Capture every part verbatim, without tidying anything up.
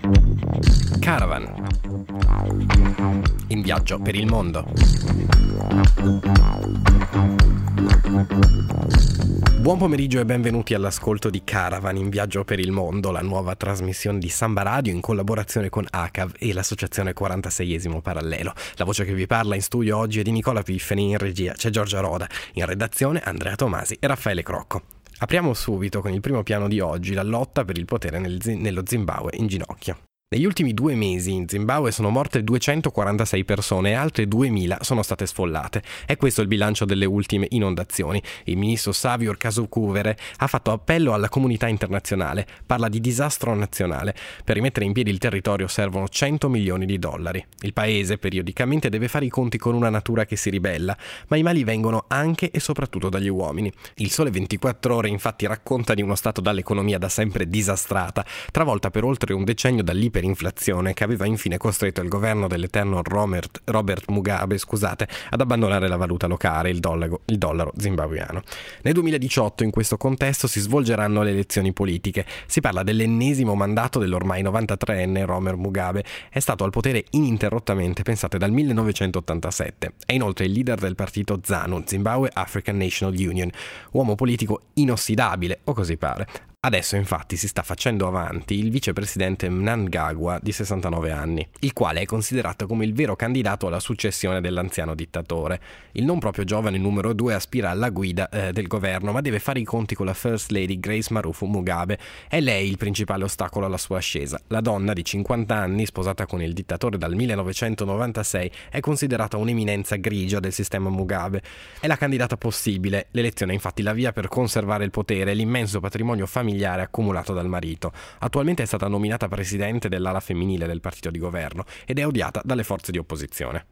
Caravan, in viaggio per il mondo. Buon pomeriggio e benvenuti all'ascolto di Caravan in viaggio per il mondo, la nuova trasmissione di Samba Radio in collaborazione con A C A V e l'associazione quarantaseiesimo Parallelo. La voce che vi parla in studio oggi è di Nicola Piffeni, in regia c'è Giorgia Roda, in redazione Andrea Tomasi e Raffaele Crocco. Apriamo subito con il primo piano di oggi, la lotta per il potere nel, nello Zimbabwe in ginocchio. Negli ultimi due mesi in Zimbabwe sono morte duecentoquarantasei persone e altre duemila sono state sfollate. È questo il bilancio delle ultime inondazioni. Il ministro Saviour Kazukuvere ha fatto appello alla comunità internazionale. Parla di disastro nazionale. Per rimettere in piedi il territorio servono cento milioni di dollari. Il paese periodicamente deve fare i conti con una natura che si ribella, ma i mali vengono anche e soprattutto dagli uomini. Il Sole ventiquattro Ore infatti racconta di uno stato dall'economia da sempre disastrata, travolta per oltre un decennio dall'iper inflazione che aveva infine costretto il governo dell'eterno Robert, Robert Mugabe scusate, ad abbandonare la valuta locale, il dollaro, il dollaro zimbabuiano. Nel duemiladiciotto in questo contesto si svolgeranno le elezioni politiche. Si parla dell'ennesimo mandato dell'ormai novantatreenne Robert Mugabe. È stato al potere ininterrottamente, pensate, dal millenovecentottantasette. È inoltre il leader del partito ZANU, Zimbabwe African National Union, uomo politico inossidabile, o così pare. Adesso infatti si sta facendo avanti il vicepresidente Mnangagwa di sessantanove anni, il quale è considerato come il vero candidato alla successione dell'anziano dittatore. Il non proprio giovane numero due aspira alla guida eh, del governo, ma deve fare i conti con la First Lady Grace Marufu Mugabe. È lei il principale ostacolo alla sua ascesa. La donna di cinquanta anni, sposata con il dittatore dal millenovecentonovantasei, è considerata un'eminenza grigia del sistema Mugabe. È la candidata possibile. L'elezione è infatti la via per conservare il potere e l'immenso patrimonio familiare accumulato dal marito. Attualmente è stata nominata presidente dell'ala femminile del partito di governo ed è odiata dalle forze di opposizione.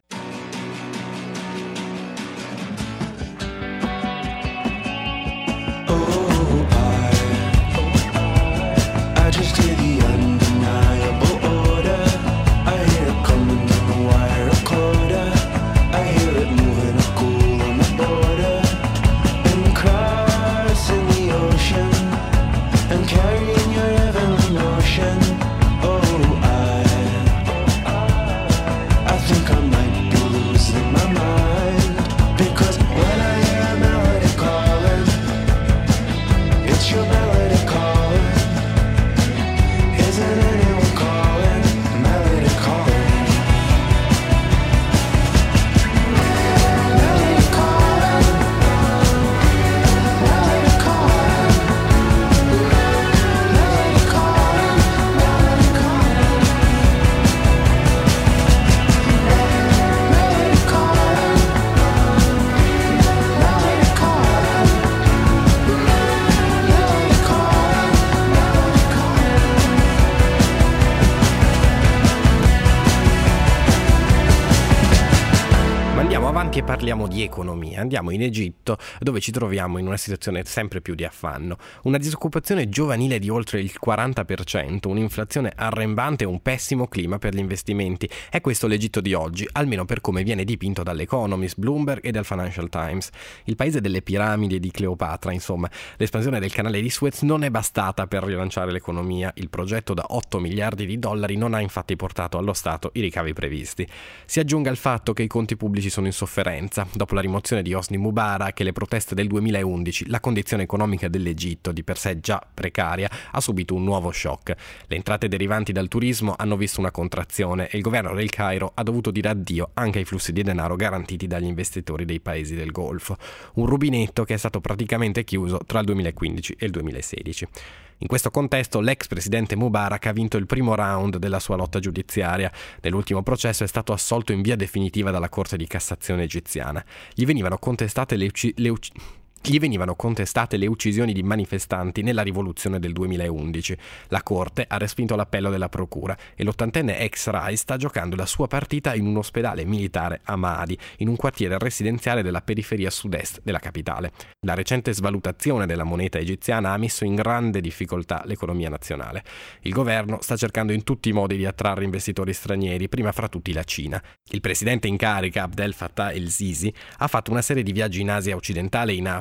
E parliamo di economia. Andiamo in Egitto, dove ci troviamo in una situazione sempre più di affanno. Una disoccupazione giovanile di oltre il quaranta per cento, un'inflazione arrembante e un pessimo clima per gli investimenti. È questo l'Egitto di oggi, almeno per come viene dipinto dall'Economist, Bloomberg e dal Financial Times. Il paese delle piramidi di Cleopatra, insomma. L'espansione del canale di Suez non è bastata per rilanciare l'economia. Il progetto da otto miliardi di dollari non ha infatti portato allo Stato i ricavi previsti. Si aggiunga il fatto che i conti pubblici sono in sofferenza. Dopo la rimozione di Hosni Mubarak e le proteste del duemilaundici, la condizione economica dell'Egitto, di per sé già precaria, ha subito un nuovo shock. Le entrate derivanti dal turismo hanno visto una contrazione e il governo del Cairo ha dovuto dire addio anche ai flussi di denaro garantiti dagli investitori dei paesi del Golfo. Un rubinetto che è stato praticamente chiuso tra il duemilaquindici e il duemilasedici. In questo contesto l'ex presidente Mubarak ha vinto il primo round della sua lotta giudiziaria. Nell'ultimo processo è stato assolto in via definitiva dalla Corte di Cassazione egiziana. Gli venivano contestate le, ucc- le ucc- Gli venivano contestate le uccisioni di manifestanti nella rivoluzione del duemilaundici. La Corte ha respinto l'appello della Procura e l'ottantenne ex-Rai sta giocando la sua partita in un ospedale militare a Maadi, in un quartiere residenziale della periferia sud-est della capitale. La recente svalutazione della moneta egiziana ha messo in grande difficoltà l'economia nazionale. Il governo sta cercando in tutti i modi di attrarre investitori stranieri, prima fra tutti la Cina. Il presidente in carica, Abdel Fattah el-Sisi, ha fatto una serie di viaggi in Asia occidentale e in Africa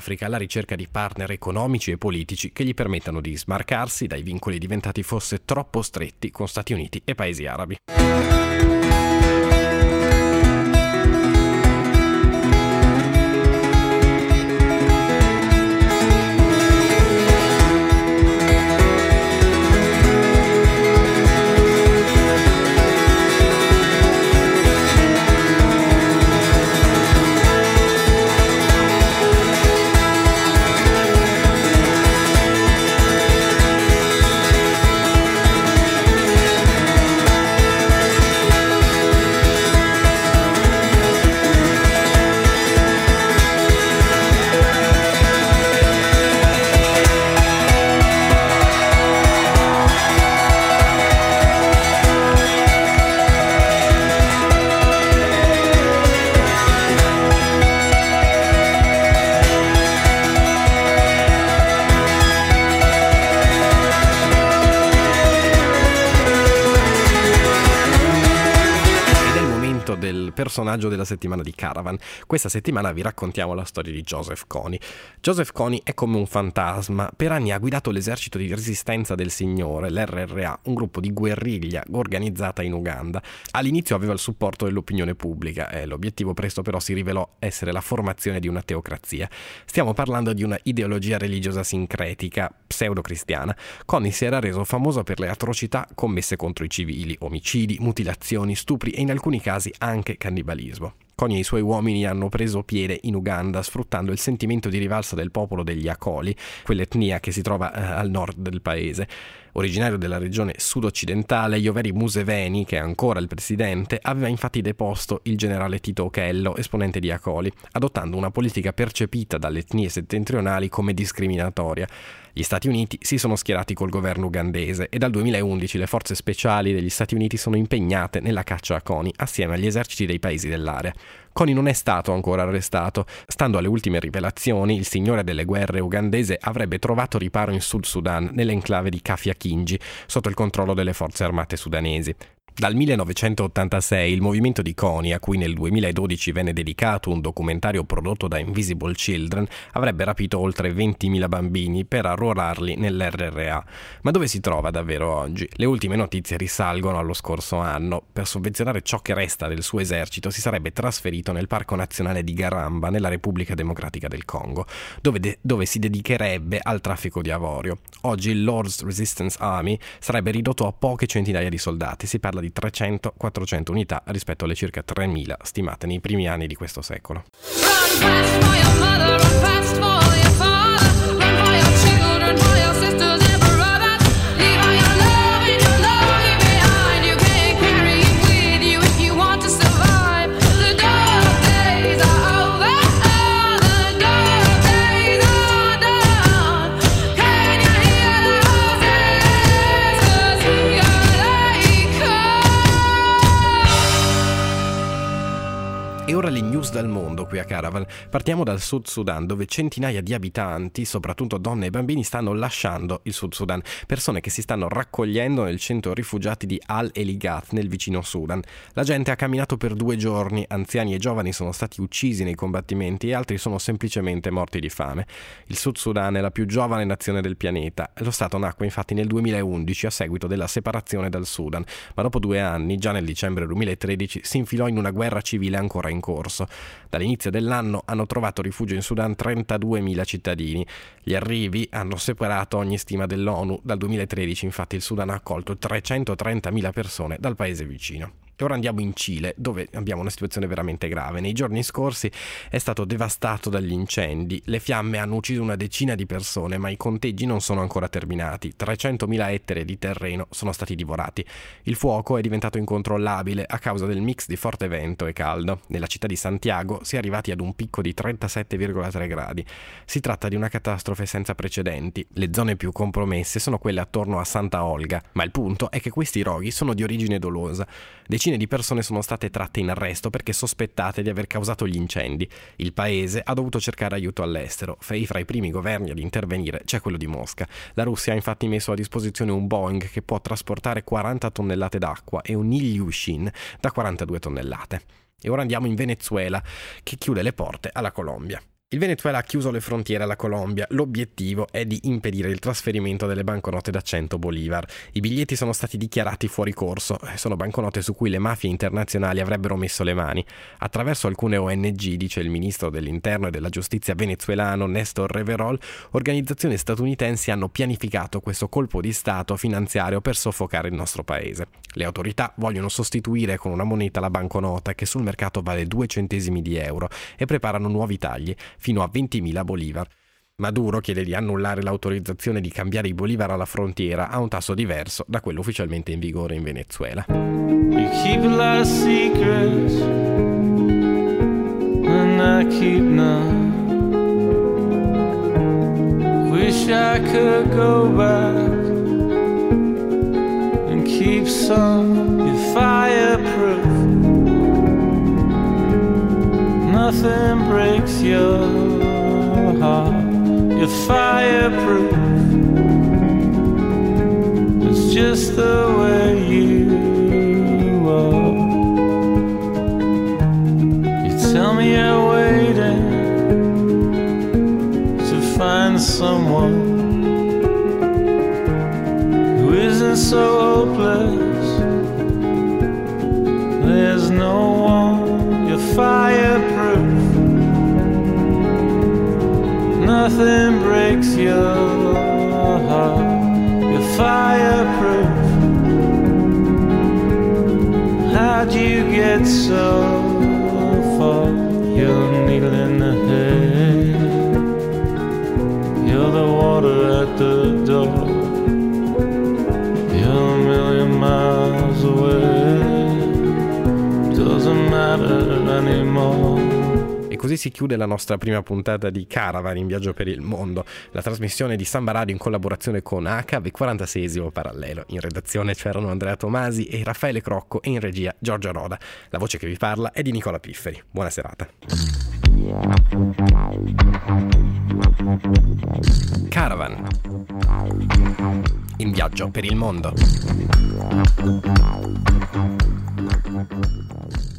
Africa alla ricerca di partner economici e politici che gli permettano di smarcarsi dai vincoli diventati forse troppo stretti con Stati Uniti e paesi arabi. Del personaggio della settimana di Caravan. Questa settimana vi raccontiamo la storia di Joseph Kony. Joseph Kony è come un fantasma. Per anni ha guidato l'esercito di resistenza del Signore, l'R R A, un gruppo di guerriglia organizzata in Uganda. All'inizio aveva il supporto dell'opinione pubblica e l'obiettivo presto però si rivelò essere la formazione di una teocrazia. Stiamo parlando di una ideologia religiosa sincretica, pseudo-cristiana. Kony si era reso famoso per le atrocità commesse contro i civili, omicidi, mutilazioni, stupri e in alcuni casi anche cannibalismo. Kony e i suoi uomini hanno preso piede in Uganda sfruttando il sentimento di rivalsa del popolo degli Akoli, quell'etnia che si trova eh, al nord del paese. Originario della regione sud-occidentale, Yoweri Museveni, che è ancora il presidente, aveva infatti deposto il generale Tito Okello, esponente di Akoli, adottando una politica percepita dalle etnie settentrionali come discriminatoria. Gli Stati Uniti si sono schierati col governo ugandese e dal duemilaundici le forze speciali degli Stati Uniti sono impegnate nella caccia a Kony assieme agli eserciti dei paesi dell'area. Kony non è stato ancora arrestato. Stando alle ultime rivelazioni, il signore delle guerre ugandese avrebbe trovato riparo in Sud Sudan, nell'enclave di Kafia Kinji, sotto il controllo delle forze armate sudanesi. Dal millenovecentottantasei il movimento di Kony, a cui nel duemiladodici venne dedicato un documentario prodotto da Invisible Children, avrebbe rapito oltre ventimila bambini per arruolarli nell'R R A. Ma dove si trova davvero oggi? Le ultime notizie risalgono allo scorso anno. Per sovvenzionare ciò che resta del suo esercito si sarebbe trasferito nel Parco Nazionale di Garamba, nella Repubblica Democratica del Congo, dove, de- dove si dedicherebbe al traffico di avorio. Oggi il Lord's Resistance Army sarebbe ridotto a poche centinaia di soldati. Si parla di trecento quattrocento unità rispetto alle circa tremila stimate nei primi anni di questo secolo. E ora le news dal mondo qui a Caravan. Partiamo dal Sud Sudan, dove centinaia di abitanti, soprattutto donne e bambini, stanno lasciando il Sud Sudan. Persone che si stanno raccogliendo nel centro rifugiati di Al-Eligat, nel vicino Sudan. La gente ha camminato per due giorni, anziani e giovani sono stati uccisi nei combattimenti e altri sono semplicemente morti di fame. Il Sud Sudan è la più giovane nazione del pianeta. Lo Stato nacque infatti nel duemilaundici a seguito della separazione dal Sudan, ma dopo due anni, già nel dicembre duemilatredici, si infilò in una guerra civile ancora in corso. Dall'inizio dell'anno hanno trovato rifugio in Sudan trentaduemila cittadini. Gli arrivi hanno superato ogni stima dell'ONU. Dal duemilatredici infatti il Sudan ha accolto trecentotrentamila persone dal paese vicino. E ora andiamo in Cile, dove abbiamo una situazione veramente grave. Nei giorni scorsi è stato devastato dagli incendi. Le fiamme hanno ucciso una decina di persone, ma i conteggi non sono ancora terminati. trecentomila ettari di terreno sono stati divorati. Il fuoco è diventato incontrollabile a causa del mix di forte vento e caldo. Nella città di Santiago si è arrivati ad un picco di trentasette virgola tre gradi. Si tratta di una catastrofe senza precedenti. Le zone più compromesse sono quelle attorno a Santa Olga, ma il punto è che questi roghi sono di origine dolosa. Decine di persone sono state tratte in arresto perché sospettate di aver causato gli incendi. Il paese ha dovuto cercare aiuto all'estero. Fra i primi governi ad intervenire c'è quello di Mosca. La Russia ha infatti messo a disposizione un Boeing che può trasportare quaranta tonnellate d'acqua e un Ilyushin da quarantadue tonnellate. E ora andiamo in Venezuela, che chiude le porte alla Colombia. Il Venezuela ha chiuso le frontiere alla Colombia. L'obiettivo è di impedire il trasferimento delle banconote da cento bolivar. I biglietti sono stati dichiarati fuori corso. Sono banconote su cui le mafie internazionali avrebbero messo le mani. Attraverso alcune O N G, dice il ministro dell'Interno e della Giustizia venezuelano Néstor Reverol, organizzazioni statunitensi hanno pianificato questo colpo di Stato finanziario per soffocare il nostro paese. Le autorità vogliono sostituire con una moneta la banconota che sul mercato vale due centesimi di euro e preparano nuovi tagli fino a ventimila bolivar. Maduro chiede di annullare l'autorizzazione di cambiare i bolivar alla frontiera a un tasso diverso da quello ufficialmente in vigore in Venezuela. You keep a lot of secrets and I keep none. Wish I could go back and keep some. You're fireproof. Nothing breaks your heart. You're fireproof. It's just the way you are. You tell me you're waiting to find someone who isn't so hopeless. There's no one. You're fireproof. Nothing breaks your heart. You're fireproof. How'd you get so far? You're a needle in the hay. You're the water at the door. You're a million miles away. Doesn't matter anymore. E così si chiude la nostra prima puntata di Caravan in viaggio per il mondo, la trasmissione di Samba Radio in collaborazione con A C A V e quarantaseiesimo Parallelo. In redazione c'erano Andrea Tomasi e Raffaele Crocco e in regia Giorgia Roda. La voce che vi parla è di Nicola Pifferi. Buona serata. Caravan in viaggio per il mondo.